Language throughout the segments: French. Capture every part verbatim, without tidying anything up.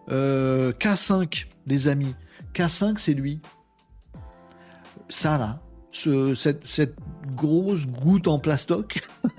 Euh, K cinq, les amis. K cinq, c'est lui. Ça, là. Ce, cette, cette grosse goutte en plastoc.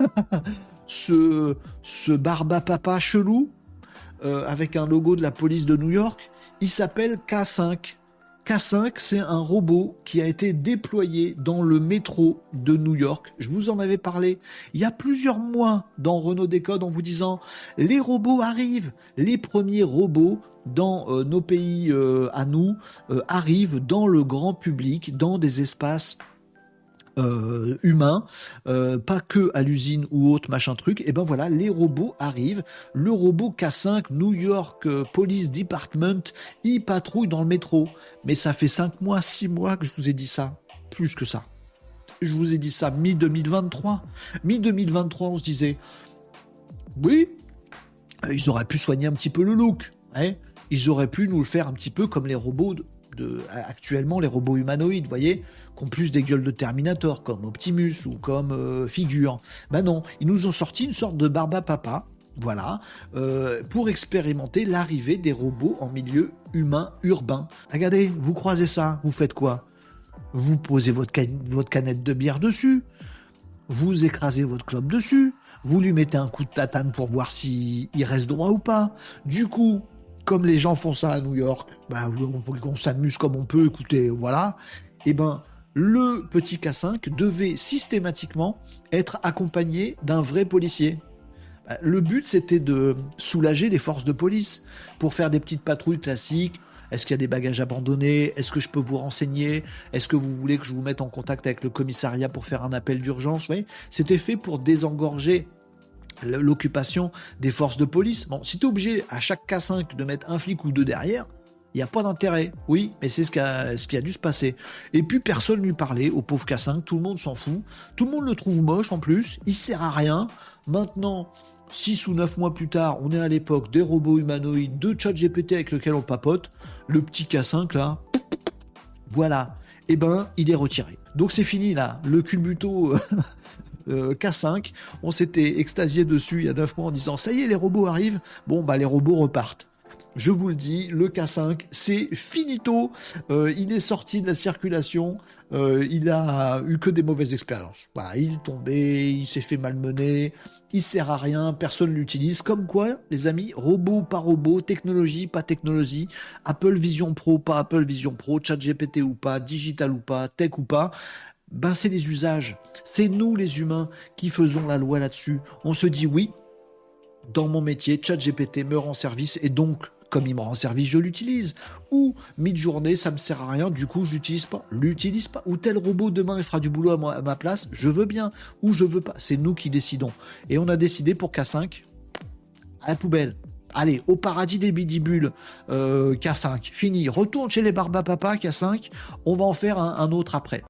ce, ce barbapapa chelou. Euh, avec un logo de la police de New York. Il s'appelle K cinq. K cinq, c'est un robot qui a été déployé dans le métro de New York. Je vous en avais parlé il y a plusieurs mois dans Renault Décode en vous disant « Les robots arrivent !» Les premiers robots dans euh, nos pays euh, à nous euh, arrivent dans le grand public, dans des espaces Euh, humain, euh, pas que à l'usine ou autre machin truc, et ben voilà, les robots arrivent. Le robot K cinq, New York euh, Police Department, il patrouille dans le métro. Mais ça fait cinq mois, six mois que je vous ai dit ça. Plus que ça. Je vous ai dit ça mi deux mille vingt-trois. mi deux mille vingt-trois, on se disait, oui, ils auraient pu soigner un petit peu le look. Hein, ils auraient pu nous le faire un petit peu comme les robots de De, actuellement les robots humanoïdes, vous voyez, qui ont plus des gueules de Terminator, comme Optimus ou comme euh, Figure. Ben non, ils nous ont sorti une sorte de barbapapa, voilà, euh, pour expérimenter l'arrivée des robots en milieu humain urbain. Regardez, vous croisez ça, vous faites quoi? Vous posez votre, can- votre canette de bière dessus, vous écrasez votre clope dessus, vous lui mettez un coup de tatane pour voir s'il reste droit ou pas. Du coup, comme les gens font ça à New York, bah, on, on s'amuse comme on peut, écoutez, voilà, et ben le petit K cinq devait systématiquement être accompagné d'un vrai policier. Bah, le but, c'était de soulager les forces de police pour faire des petites patrouilles classiques. Est-ce qu'il y a des bagages abandonnés? Est-ce que je peux vous renseigner? Est-ce que vous voulez que je vous mette en contact avec le commissariat pour faire un appel d'urgence? Vous voyez, c'était fait pour désengorger l'occupation des forces de police. Bon, si tu es obligé à chaque K cinq de mettre un flic ou deux derrière, il n'y a pas d'intérêt. Oui, mais c'est ce qui, a, ce qui a dû se passer. Et puis personne ne lui parlait au pauvre K cinq, tout le monde s'en fout. Tout le monde le trouve moche en plus, il sert à rien. Maintenant, six ou neuf mois plus tard, on est à l'époque des robots humanoïdes, de ChatGPT avec lequel on papote. Le petit K cinq là, voilà. Eh ben, il est retiré. Donc c'est fini là, le culbuto... Euh, K cinq, on s'était extasié dessus il y a neuf mois en disant ça y est, les robots arrivent. Bon, bah les robots repartent. Je vous le dis, le K cinq, c'est finito. Euh, il est sorti de la circulation. Euh, il a eu que des mauvaises expériences. Voilà, il est tombé, il s'est fait malmener, il sert à rien, personne l'utilise. Comme quoi, les amis, robot pas robot, technologie pas technologie, Apple Vision Pro pas Apple Vision Pro, ChatGPT ou pas, digital ou pas, tech ou pas. Ben c'est les usages, c'est nous les humains qui faisons la loi là-dessus. On se dit oui, dans mon métier, ChatGPT me rend service et donc, comme il me rend service, je l'utilise. Ou mid-journée, ça me sert à rien, du coup je l'utilise pas, l'utilise pas. Ou tel robot demain il fera du boulot à, moi, à ma place, je veux bien, ou je veux pas. C'est nous qui décidons. Et on a décidé pour K cinq, à la poubelle. Allez, au paradis des bidibules, euh, K cinq, fini. Retourne chez les barbapapa, K cinq, on va en faire un, un autre après.